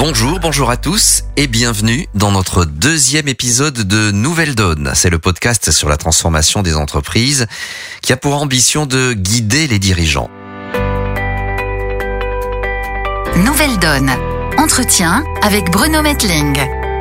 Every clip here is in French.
Bonjour à tous et bienvenue dans notre deuxième épisode de Nouvelle Donne. C'est le podcast sur la transformation des entreprises qui a pour ambition de guider les dirigeants. Nouvelle Donne. Entretien avec Bruno Mettling.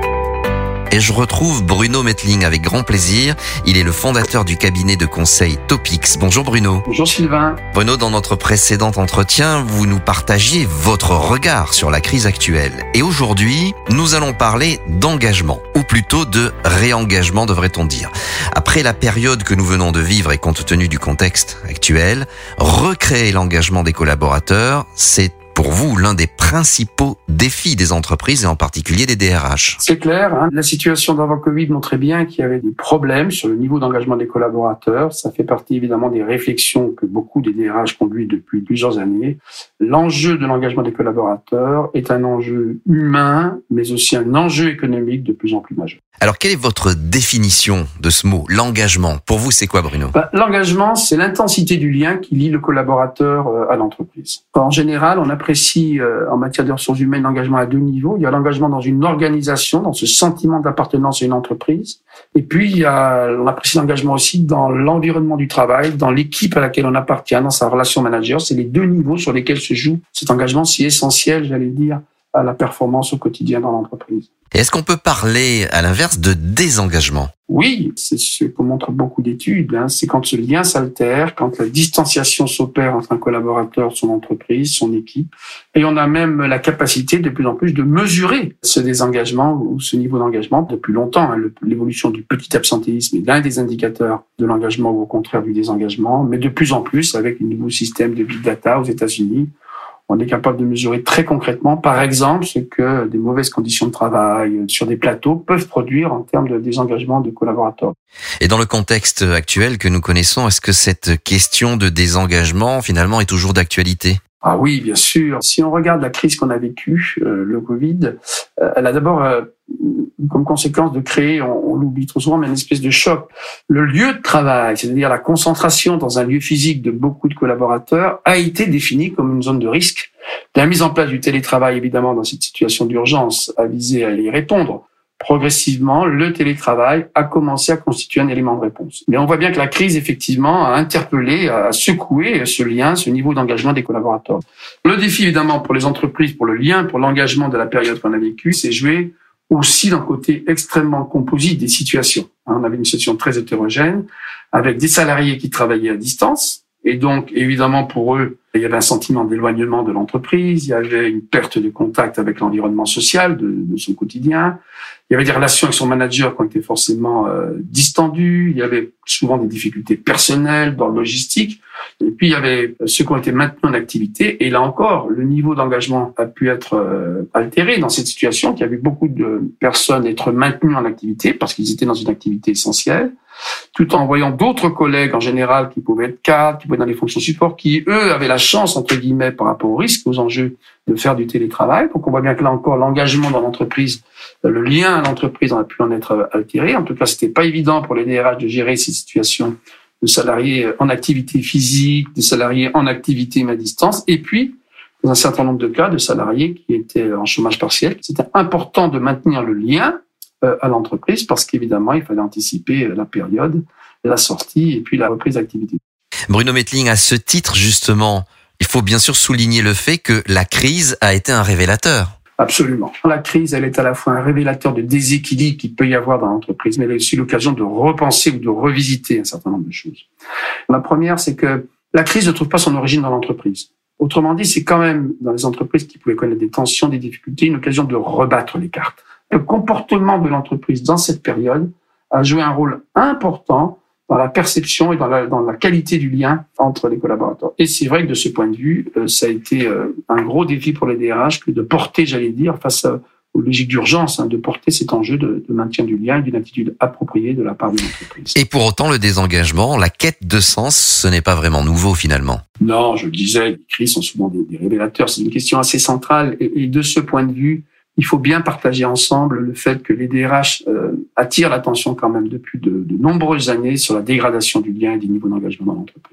Et je retrouve Bruno Mettling avec grand plaisir. Il est le fondateur du cabinet de conseil Topix. Bonjour Bruno. Bonjour Sylvain. Bruno, dans notre précédent entretien, vous nous partagiez votre regard sur la crise actuelle. Et aujourd'hui, nous allons parler d'engagement, ou plutôt de réengagement devrait-on dire. Après la période que nous venons de vivre et compte tenu du contexte actuel, recréer l'engagement des collaborateurs, c'est pour vous l'un des principaux défis des entreprises et en particulier des DRH. C'est clair, la situation d'avant Covid montrait bien qu'il y avait des problèmes sur le niveau d'engagement des collaborateurs. Ça fait partie évidemment des réflexions que beaucoup des DRH conduisent depuis plusieurs années. L'enjeu de l'engagement des collaborateurs est un enjeu humain, mais aussi un enjeu économique de plus en plus majeur. Alors, quelle est votre définition de ce mot, l'engagement? Pour vous, c'est quoi, Bruno? L'engagement, c'est l'intensité du lien qui lie le collaborateur à l'entreprise. En général, on apprécie en matière de ressources humaines l'engagement à deux niveaux. Il y a l'engagement dans une organisation, dans ce sentiment d'appartenance à une entreprise. Et puis, on apprécie l'engagement aussi dans l'environnement du travail, dans l'équipe à laquelle on appartient, dans sa relation manager. C'est les deux niveaux sur lesquels se joue cet engagement si essentiel, j'allais dire, à la performance au quotidien dans l'entreprise. Et est-ce qu'on peut parler, à l'inverse, de désengagement? Oui, c'est ce que montrent beaucoup d'études. C'est quand ce lien s'altère, quand la distanciation s'opère entre un collaborateur, son entreprise, son équipe. Et on a même la capacité de plus en plus de mesurer ce désengagement ou ce niveau d'engagement depuis longtemps. L'évolution du petit absentéisme est l'un des indicateurs de l'engagement ou au contraire du désengagement. Mais de plus en plus, avec les nouveaux systèmes de big data aux États-Unis, on est capable de mesurer très concrètement, par exemple, ce que des mauvaises conditions de travail sur des plateaux peuvent produire en termes de désengagement de collaborateurs. Et dans le contexte actuel que nous connaissons, est-ce que cette question de désengagement, finalement, est toujours d'actualité? Ah oui, bien sûr. Si on regarde la crise qu'on a vécue, le Covid, elle a d'abord comme conséquence de créer, on l'oublie trop souvent, mais une espèce de choc. Le lieu de travail, c'est-à-dire la concentration dans un lieu physique de beaucoup de collaborateurs, a été défini comme une zone de risque. La mise en place du télétravail, évidemment, dans cette situation d'urgence, a visé à y répondre. Progressivement, le télétravail a commencé à constituer un élément de réponse. Mais on voit bien que la crise, effectivement, a interpellé, a secoué ce lien, ce niveau d'engagement des collaborateurs. Le défi, évidemment, pour les entreprises, pour le lien, pour l'engagement de la période qu'on a vécue, c'est jouer aussi d'un côté extrêmement composite des situations. On avait une situation très hétérogène, avec des salariés qui travaillaient à distance, et donc, évidemment, pour eux, il y avait un sentiment d'éloignement de l'entreprise, il y avait une perte de contact avec l'environnement social de son quotidien, il y avait des relations avec son manager qui ont été forcément distendues, il y avait souvent des difficultés personnelles dans le logistique, et puis il y avait ceux qui ont été maintenus en activité, et là encore, le niveau d'engagement a pu être altéré dans cette situation, qu'il y avait beaucoup de personnes être maintenues en activité parce qu'ils étaient dans une activité essentielle, tout en voyant d'autres collègues en général qui pouvaient être cadres, qui pouvaient être dans les fonctions support, qui eux avaient la chance, entre guillemets, par rapport aux risques, aux enjeux de faire du télétravail. Donc on voit bien que là encore, l'engagement dans l'entreprise, le lien à l'entreprise, on a pu en être altéré. En tout cas, c'était pas évident pour les DRH de gérer ces situations de salariés en activité physique, de salariés en activité à distance, et puis dans un certain nombre de cas, de salariés qui étaient en chômage partiel. C'était important de maintenir le lien à l'entreprise parce qu'évidemment, il fallait anticiper la période, la sortie et puis la reprise d'activité. Bruno Mettling, à ce titre, justement, il faut bien sûr souligner le fait que la crise a été un révélateur. Absolument. La crise, elle est à la fois un révélateur de déséquilibre qu'il peut y avoir dans l'entreprise, mais elle est aussi l'occasion de repenser ou de revisiter un certain nombre de choses. La première, c'est que la crise ne trouve pas son origine dans l'entreprise. Autrement dit, c'est quand même dans les entreprises qui pouvaient connaître des tensions, des difficultés, une occasion de rebattre les cartes. Le comportement de l'entreprise dans cette période a joué un rôle important dans la perception et dans la qualité du lien entre les collaborateurs. Et c'est vrai que de ce point de vue, ça a été un gros défi pour les DRH que de porter, j'allais dire, face aux logiques d'urgence, de porter cet enjeu de maintien du lien et d'une attitude appropriée de la part de l'entreprise. Et pour autant, le désengagement, la quête de sens, ce n'est pas vraiment nouveau finalement. Non, je le disais, les crises sont souvent des révélateurs. C'est une question assez centrale. Et de ce point de vue, il faut bien partager ensemble le fait que les DRH attirent l'attention quand même depuis de nombreuses années sur la dégradation du lien et du niveau d'engagement dans l'entreprise.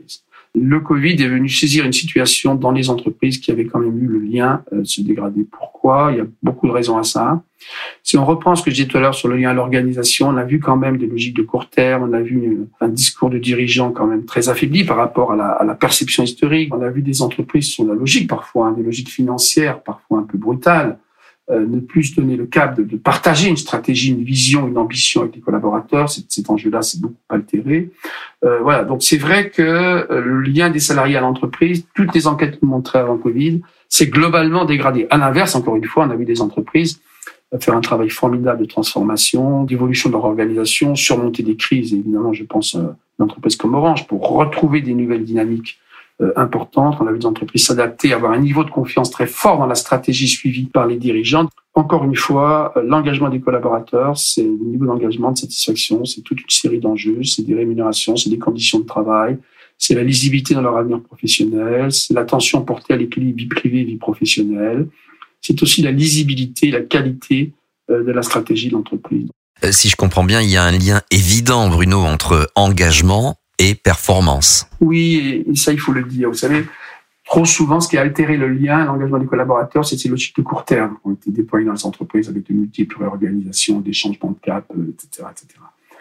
Le Covid est venu saisir une situation dans les entreprises qui avaient quand même eu le lien se dégrader. Pourquoi ? Il y a beaucoup de raisons à ça. Si on reprend ce que je disais tout à l'heure sur le lien à l'organisation, on a vu quand même des logiques de court terme, on a vu un discours de dirigeants quand même très affaibli par rapport à la perception historique. On a vu des entreprises sur la logique parfois, des logiques financières parfois un peu brutales, ne plus se donner le cap de partager une stratégie, une vision, une ambition avec les collaborateurs. Cet enjeu-là s'est beaucoup altéré. Voilà, donc c'est vrai que le lien des salariés à l'entreprise, toutes les enquêtes nous montraient avant Covid, c'est globalement dégradé. À l'inverse, encore une fois, on a vu des entreprises faire un travail formidable de transformation, d'évolution de leur organisation, surmonter des crises. Et évidemment, je pense à une entreprise comme Orange pour retrouver des nouvelles dynamiques importantes. On a vu des entreprises s'adapter, avoir un niveau de confiance très fort dans la stratégie suivie par les dirigeants. Encore une fois, l'engagement des collaborateurs, c'est le niveau d'engagement, de satisfaction, c'est toute une série d'enjeux, c'est des rémunérations, c'est des conditions de travail, c'est la lisibilité dans leur avenir professionnel, c'est l'attention portée à l'équilibre vie privée, vie professionnelle. C'est aussi la lisibilité, la qualité de la stratégie de l'entreprise. Si je comprends bien, il y a un lien évident, Bruno, entre engagement et performance. Oui, et ça, il faut le dire. Vous savez, trop souvent, ce qui a altéré le lien, l'engagement des collaborateurs, c'est ces logiques de court terme qui ont été déployées dans les entreprises avec de multiples réorganisations, des changements de cap, etc., etc.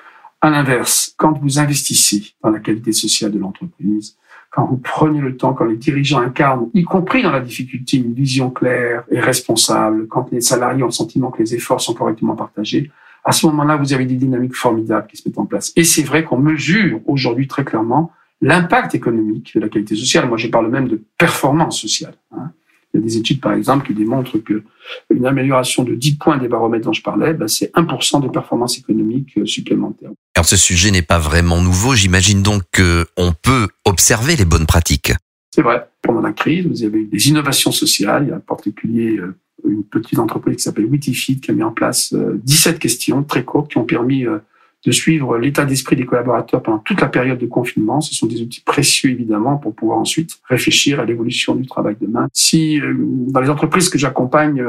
À l'inverse, quand vous investissez dans la qualité sociale de l'entreprise, quand vous prenez le temps, quand les dirigeants incarnent, y compris dans la difficulté, une vision claire et responsable, quand les salariés ont le sentiment que les efforts sont correctement partagés, à ce moment-là, vous avez des dynamiques formidables qui se mettent en place. Et c'est vrai qu'on mesure aujourd'hui très clairement l'impact économique de la qualité sociale. Moi, je parle même de performance sociale. Il y a des études, par exemple, qui démontrent que une amélioration de 10 points des baromètres dont je parlais, c'est 1% de performance économique supplémentaire. Alors, ce sujet n'est pas vraiment nouveau. J'imagine donc qu'on peut observer les bonnes pratiques. C'est vrai. Pendant la crise, vous avez eu des innovations sociales. Il y a en particulier une petite entreprise qui s'appelle Witifeed qui a mis en place 17 questions très courtes qui ont permis de suivre l'état d'esprit des collaborateurs pendant toute la période de confinement. Ce sont des outils précieux, évidemment, pour pouvoir ensuite réfléchir à l'évolution du travail demain. Si, dans les entreprises que j'accompagne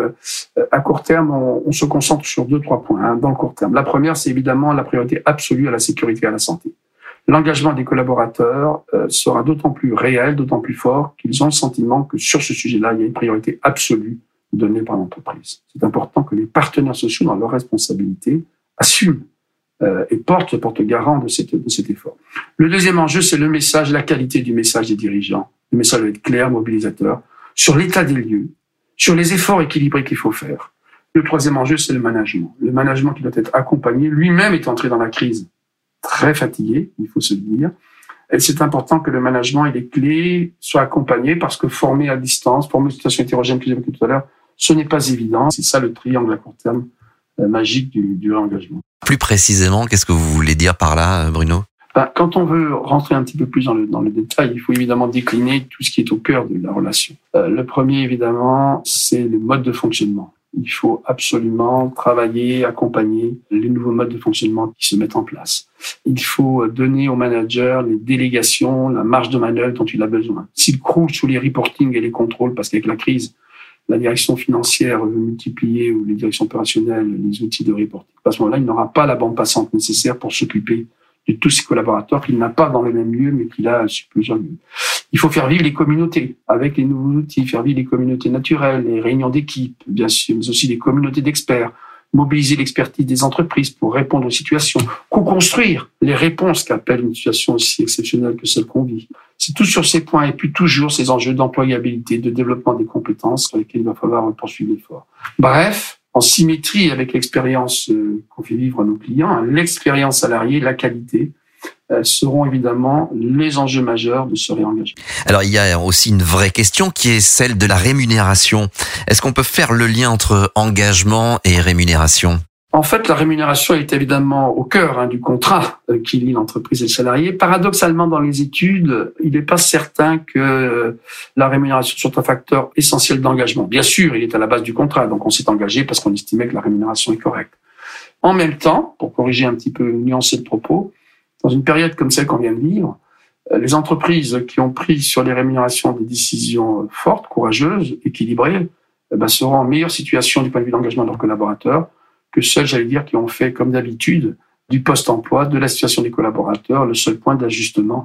à court terme, on se concentre sur 2-3 points dans le court terme. La première, c'est évidemment la priorité absolue à la sécurité et à la santé. L'engagement des collaborateurs sera d'autant plus réel, d'autant plus fort qu'ils ont le sentiment que sur ce sujet-là, il y a une priorité absolue donnée par l'entreprise. C'est important que les partenaires sociaux, dans leurs responsabilités, assument et porte garant de cet effort. Le deuxième enjeu, c'est le message, la qualité du message des dirigeants. Le message doit être clair, mobilisateur, sur l'état des lieux, sur les efforts équilibrés qu'il faut faire. Le troisième enjeu, c'est le management. Le management qui doit être accompagné. Lui-même est entré dans la crise très fatigué, il faut se le dire. Et c'est important que le management et les clés soient accompagnés parce que former à distance, former aux situations hétérogènes que j'évoquais tout à l'heure, ce n'est pas évident. C'est ça le triangle à court terme magique du réengagement. Plus précisément, qu'est-ce que vous voulez dire par là, Bruno ? Quand on veut rentrer un petit peu plus dans le détail, il faut évidemment décliner tout ce qui est au cœur de la relation. Le premier, évidemment, c'est le mode de fonctionnement. Il faut absolument travailler, accompagner les nouveaux modes de fonctionnement qui se mettent en place. Il faut donner au manager les délégations, la marge de manœuvre dont il a besoin. S'il croule sous les reportings et les contrôles, parce qu'avec la crise, la direction financière veut multiplier, ou les directions opérationnelles, les outils de reporting, à ce moment-là, il n'aura pas la bande passante nécessaire pour s'occuper de tous ses collaborateurs qu'il n'a pas dans le même lieu, mais qu'il a sur plusieurs lieux. Il faut faire vivre les communautés avec les nouveaux outils, faire vivre les communautés naturelles, les réunions d'équipe, bien sûr, mais aussi les communautés d'experts, mobiliser l'expertise des entreprises pour répondre aux situations, co-construire les réponses qu'appelle une situation aussi exceptionnelle que celle qu'on vit. C'est tout sur ces points et puis toujours ces enjeux d'employabilité, de développement des compétences sur lesquels il va falloir poursuivre l'effort. Bref, en symétrie avec l'expérience qu'on fait vivre à nos clients, l'expérience salariée, la qualité, seront évidemment les enjeux majeurs de ce réengagement. Alors, il y a aussi une vraie question qui est celle de la rémunération. Est-ce qu'on peut faire le lien entre engagement et rémunération ? En fait, la rémunération est évidemment au cœur du contrat qui lie l'entreprise et le salarié. Paradoxalement, dans les études, il n'est pas certain que la rémunération soit un facteur essentiel d'engagement. Bien sûr, il est à la base du contrat, donc on s'est engagé parce qu'on estimait que la rémunération est correcte. En même temps, pour corriger un petit peu, nuancer le propos, dans une période comme celle qu'on vient de vivre, les entreprises qui ont pris sur les rémunérations des décisions fortes, courageuses, équilibrées, seront en meilleure situation du point de vue d'engagement de leurs collaborateurs que celles, j'allais dire, qui ont fait, comme d'habitude, du post-emploi, de la situation des collaborateurs, le seul point d'ajustement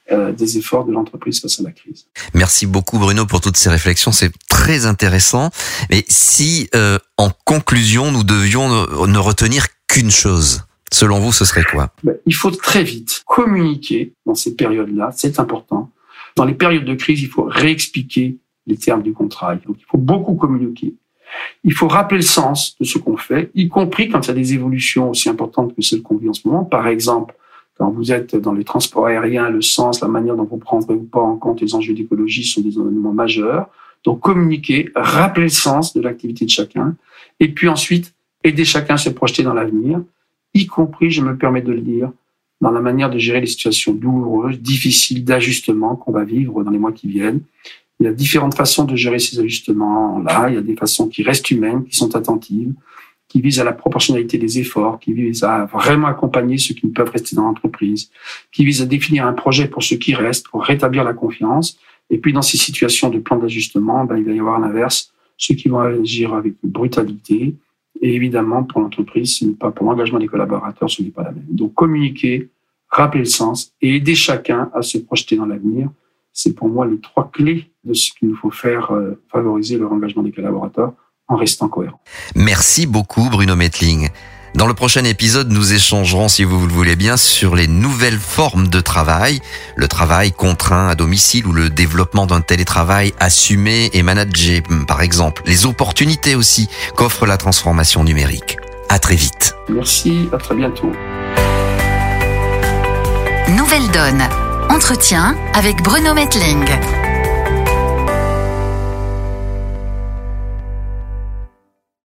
des efforts de l'entreprise face à la crise. Merci beaucoup Bruno pour toutes ces réflexions, c'est très intéressant. Mais si en conclusion nous devions ne retenir qu'une chose, selon vous ce serait quoi? Il faut très vite communiquer dans ces périodes-là, c'est important. Dans les périodes de crise, il faut réexpliquer les termes du contrat. Donc il faut beaucoup communiquer. Il faut rappeler le sens de ce qu'on fait, y compris quand il y a des évolutions aussi importantes que celles qu'on vit en ce moment. Par exemple, quand vous êtes dans les transports aériens, le sens, la manière dont vous prendrez ou pas en compte les enjeux d'écologie sont des éléments majeurs. Donc, communiquer, rappeler le sens de l'activité de chacun, et puis ensuite, aider chacun à se projeter dans l'avenir, y compris, je me permets de le dire, dans la manière de gérer les situations douloureuses, difficiles d'ajustement qu'on va vivre dans les mois qui viennent. Il y a différentes façons de gérer ces ajustements-là. Il y a des façons qui restent humaines, qui sont attentives, qui visent à la proportionnalité des efforts, qui visent à vraiment accompagner ceux qui ne peuvent rester dans l'entreprise, qui visent à définir un projet pour ceux qui restent, pour rétablir la confiance. Et puis, dans ces situations de plan d'ajustement, il va y avoir l'inverse, ceux qui vont agir avec brutalité. Et évidemment, pour l'entreprise, ce n'est pas pour l'engagement des collaborateurs, ce n'est pas la même. Donc, communiquer, rappeler le sens et aider chacun à se projeter dans l'avenir. C'est pour moi les 3 clés de ce qu'il nous faut faire, favoriser le engagement des collaborateurs en restant cohérent. Merci beaucoup Bruno Mettling. Dans le prochain épisode, nous échangerons, si vous le voulez bien, sur les nouvelles formes de travail, le travail contraint à domicile ou le développement d'un télétravail assumé et managé, par exemple, les opportunités aussi qu'offre la transformation numérique. À très vite. Merci, à très bientôt. Nouvelle Donne. Entretien avec Bruno Mettling.